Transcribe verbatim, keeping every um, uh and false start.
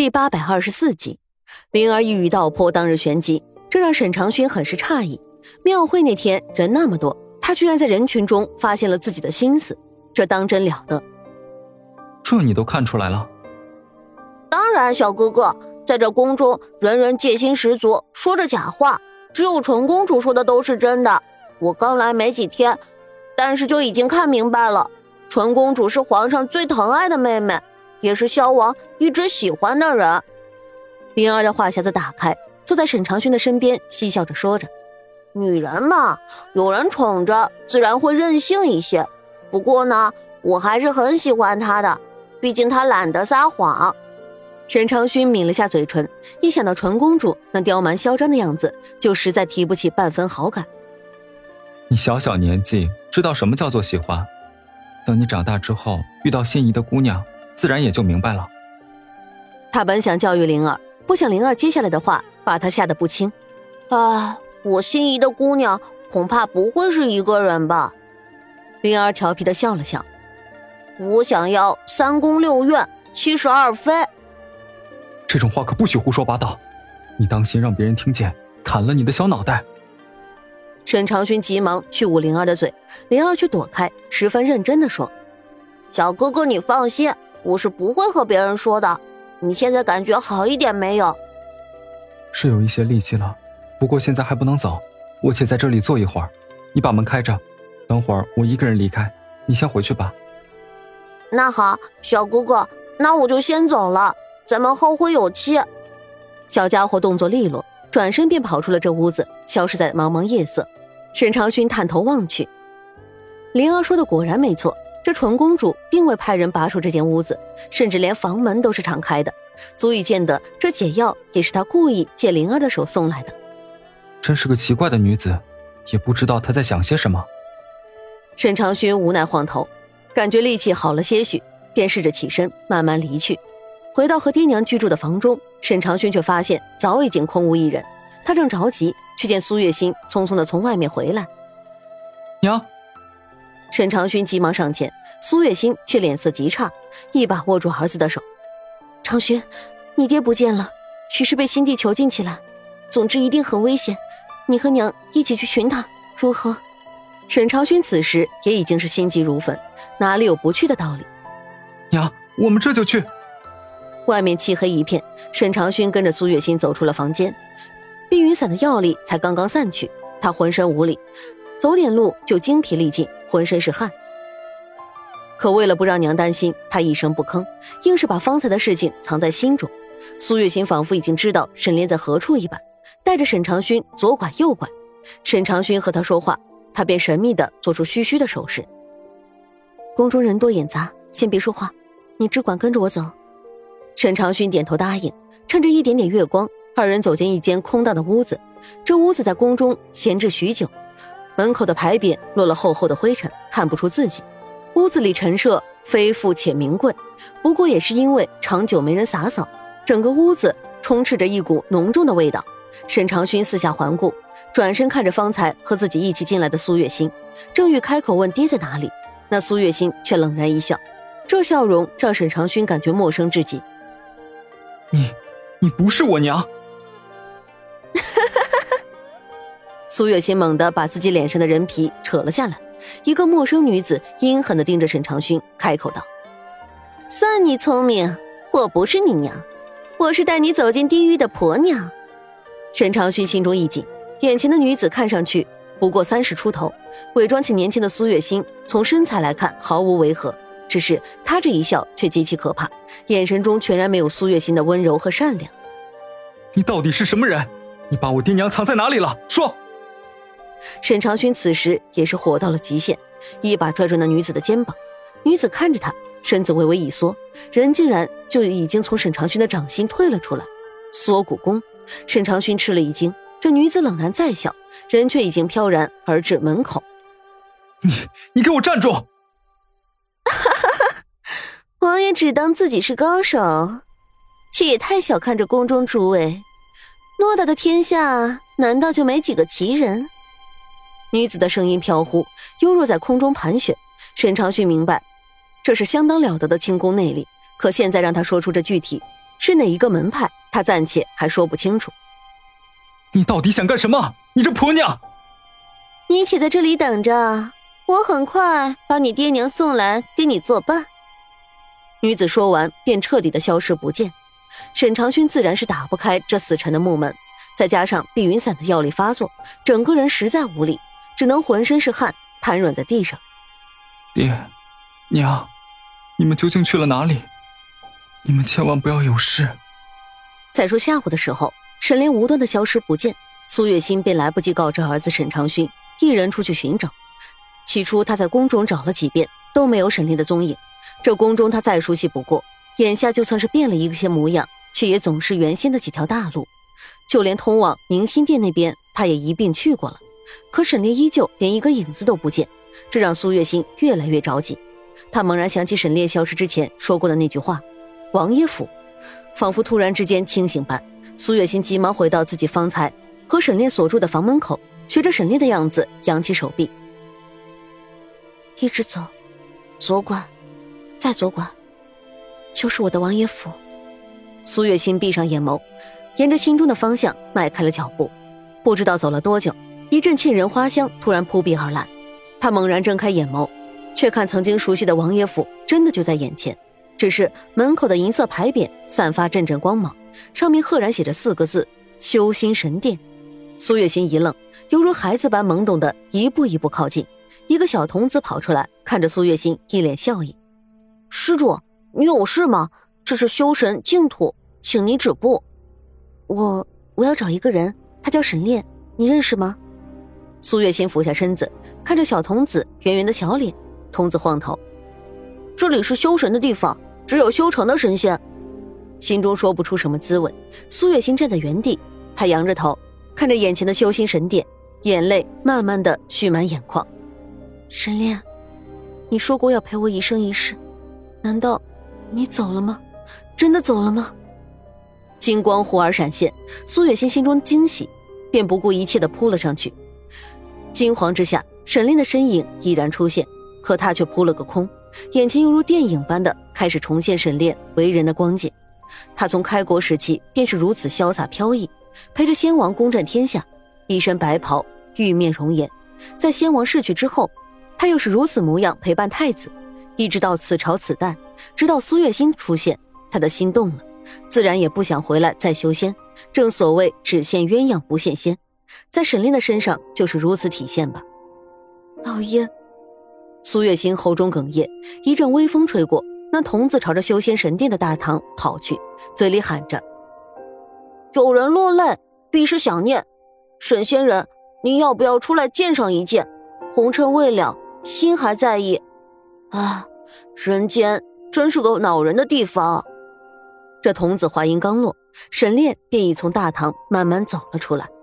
第八百二十四集，灵儿一语道破当日玄机，这让沈长勋很是诧异。庙会那天人那么多，他居然在人群中发现了自己的心思，这当真了得。 这你都看出来了？ 当然，小哥哥，在这宫中人人戒心十足，说着假话，只有纯公主说的都是真的。我刚来没几天，但是就已经看明白了，纯公主是皇上最疼爱的妹妹，也是萧王一直喜欢的人。 灵儿的话匣子打开，坐在沈长勋的身边，嬉笑着说着： 女人嘛，有人宠着自然会任性一些，不过呢，我还是很喜欢她的，毕竟她懒得撒谎。 沈长勋抿了下嘴唇，一想到纯公主那刁蛮嚣张的样子，就实在提不起半分好感。 你小小年纪知道什么叫做喜欢，等你长大之后遇到心仪的姑娘，自然也就明白了。 他本想教育灵儿，不想灵儿接下来的话把他吓得不轻。 啊，我心仪的姑娘恐怕不会是一个人吧？ 灵儿调皮地笑了笑。 我想要三宫六院七十二妃。 这种话可不许胡说八道，你当心让别人听见，砍了你的小脑袋。 沈长勋急忙去捂灵儿的嘴，灵儿却躲开，十分认真地说： 小哥哥你放心，我是不会和别人说的。你现在感觉好一点没有？ 是有一些力气了，不过现在还不能走，我且在这里坐一会儿，你把门开着，等会儿我一个人离开，你先回去吧。 那好，小哥哥，那我就先走了，咱们后会有期。 小家伙动作利落，转身便跑出了这屋子，消失在茫茫夜色。沈长勋探头望去，灵儿说的果然没错，这纯公主并未派人把守这间屋子，甚至连房门都是敞开的，足以见得这解药也是她故意借灵儿的手送来的。 真是个奇怪的女子，也不知道她在想些什么。 沈长勋无奈晃头，感觉力气好了些许，便试着起身慢慢离去。回到和爹娘居住的房中，沈长勋却发现早已经空无一人。他正着急，却见苏月心匆匆地从外面回来。 娘！ 沈长勋急忙上前，苏月心却脸色极差，一把握住儿子的手。长勋，你爹不见了，许是被新帝囚禁起来，总之一定很危险，你和娘一起去寻他，如何？沈长勋此时也已经是心急如焚，哪里有不去的道理？ 娘，我们这就去。 外面漆黑一片，沈长勋跟着苏月心走出了房间。避云伞的药力才刚刚散去，他浑身无力，走点路就精疲力尽，浑身是汗。可为了不让娘担心，他一声不吭，硬是把方才的事情藏在心中。苏月心仿佛已经知道沈炼在何处一般，带着沈长勋左拐右拐。沈长勋和他说话，他便神秘地做出嘘嘘的手势。宫中人多眼杂，先别说话，你只管跟着我走。沈长勋点头答应，趁着一点点月光，二人走进一间空荡的屋子。这屋子在宫中闲置许久，门口的牌匾落了厚厚的灰尘，看不出字迹。屋子里陈设非富且名贵，不过也是因为长久没人洒扫，整个屋子充斥着一股浓重的味道。沈长勋四下环顾，转身看着方才和自己一起进来的苏月心，正欲开口问爹在哪里，那苏月心却冷然一笑，这笑容让沈长勋感觉陌生至极。 你你不是我娘。 苏月心猛地把自己脸上的人皮扯了下来，一个陌生女子阴狠地盯着沈长勋，开口道：算你聪明，我不是你娘，我是带你走进地狱的婆娘。沈长勋心中一紧，眼前的女子看上去不过三十出头，伪装起年轻的苏月心，从身材来看毫无违和，只是她这一笑却极其可怕，眼神中全然没有苏月心的温柔和善良。 你到底是什么人？你把我爹娘藏在哪里了？说！ 沈长勋此时也是火到了极限，一把拽住那女子的肩膀。女子看着他，身子微微一缩，人竟然就已经从沈长勋的掌心退了出来。缩骨功，沈长勋吃了一惊，这女子冷然再笑，人却已经飘然而至门口。 你你给我站住！ 王爷只当自己是高手，却也太小看这宫中诸位，偌大的天下难道就没几个奇人？女子的声音飘忽，犹若在空中盘旋。沈长勋明白，这是相当了得的轻功内力，可现在让他说出这具体， 是哪一个门派，他暂且还说不清楚。 你到底想干什么？你这婆娘！ 你且在这里等着，我很快把你爹娘送来给你作伴。 女子说完便彻底的消失不见。沈长勋自然是打不开这死沉的木门，再加上碧云散的药力发作，整个人实在无力，只能浑身是汗，瘫软在地上。 爹娘，你们究竟去了哪里？你们千万不要有事。 再说下午的时候，沈炼无端的消失不见，苏月心便来不及告知儿子沈长勋，一人出去寻找。起初他在宫中找了几遍，都没有沈炼的踪影。这宫中他再熟悉不过，眼下就算是变了一些模样，却也总是原先的几条大路。就连通往宁心殿那边，他也一并去过了，可沈炼依旧连一个影子都不见，这让苏月心越来越着急。他猛然想起沈炼消失之前说过的那句话：王爷府。仿佛突然之间清醒般，苏月心急忙回到自己方才和沈炼所住的房门口，学着沈炼的样子扬起手臂， 一直走，左拐，再左拐，就是我的王爷府。 苏月心闭上眼眸，沿着心中的方向迈开了脚步。不知道走了多久，一阵沁人花香突然扑鼻而来，他猛然睁开眼眸，却看曾经熟悉的王爷府真的就在眼前。只是门口的银色牌匾散发阵阵光芒，上面赫然写着四个字：修心神殿。苏月心一愣，犹如孩子般懵懂的一步一步靠近。一个小童子跑出来，看着苏月心，一脸笑意： 施主，你有事吗？这是修神净土，请你止步。 我我要找一个人，他叫沈炼，你认识吗？苏月心俯下身子，看着小童子圆圆的小脸。童子晃头： 这里是修神的地方，只有修成的神仙。 心中说不出什么滋味。苏月心站在原地，他仰着头看着眼前的修心神殿，眼泪慢慢的蓄满眼眶。沈炼，你说过要陪我一生一世，难道你走了吗？真的走了吗？金光忽而闪现，苏月心心中惊喜，便不顾一切的扑了上去。金黄之下，沈炼的身影已然出现，可他却扑了个空，眼前犹如电影般的开始重现沈炼为人的光景。他从开国时期便是如此潇洒飘逸，陪着先王攻占天下，一身白袍，玉面容颜。在先王逝去之后，他又是如此模样陪伴太子，一直到此朝此代，直到苏月心出现，他的心动了，自然也不想回来再修仙。正所谓只羡鸳鸯不羡仙，在沈炼的身上就是如此体现吧。老爷，苏月心喉中哽咽，一阵微风吹过，那童子朝着修仙神殿的大堂跑去，嘴里喊着： 有人落泪，必是想念。沈仙人，您要不要出来见上一见？红尘未了，心还在意。啊，人间真是个恼人的地方。 这童子话音刚落，沈炼便已从大堂慢慢走了出来。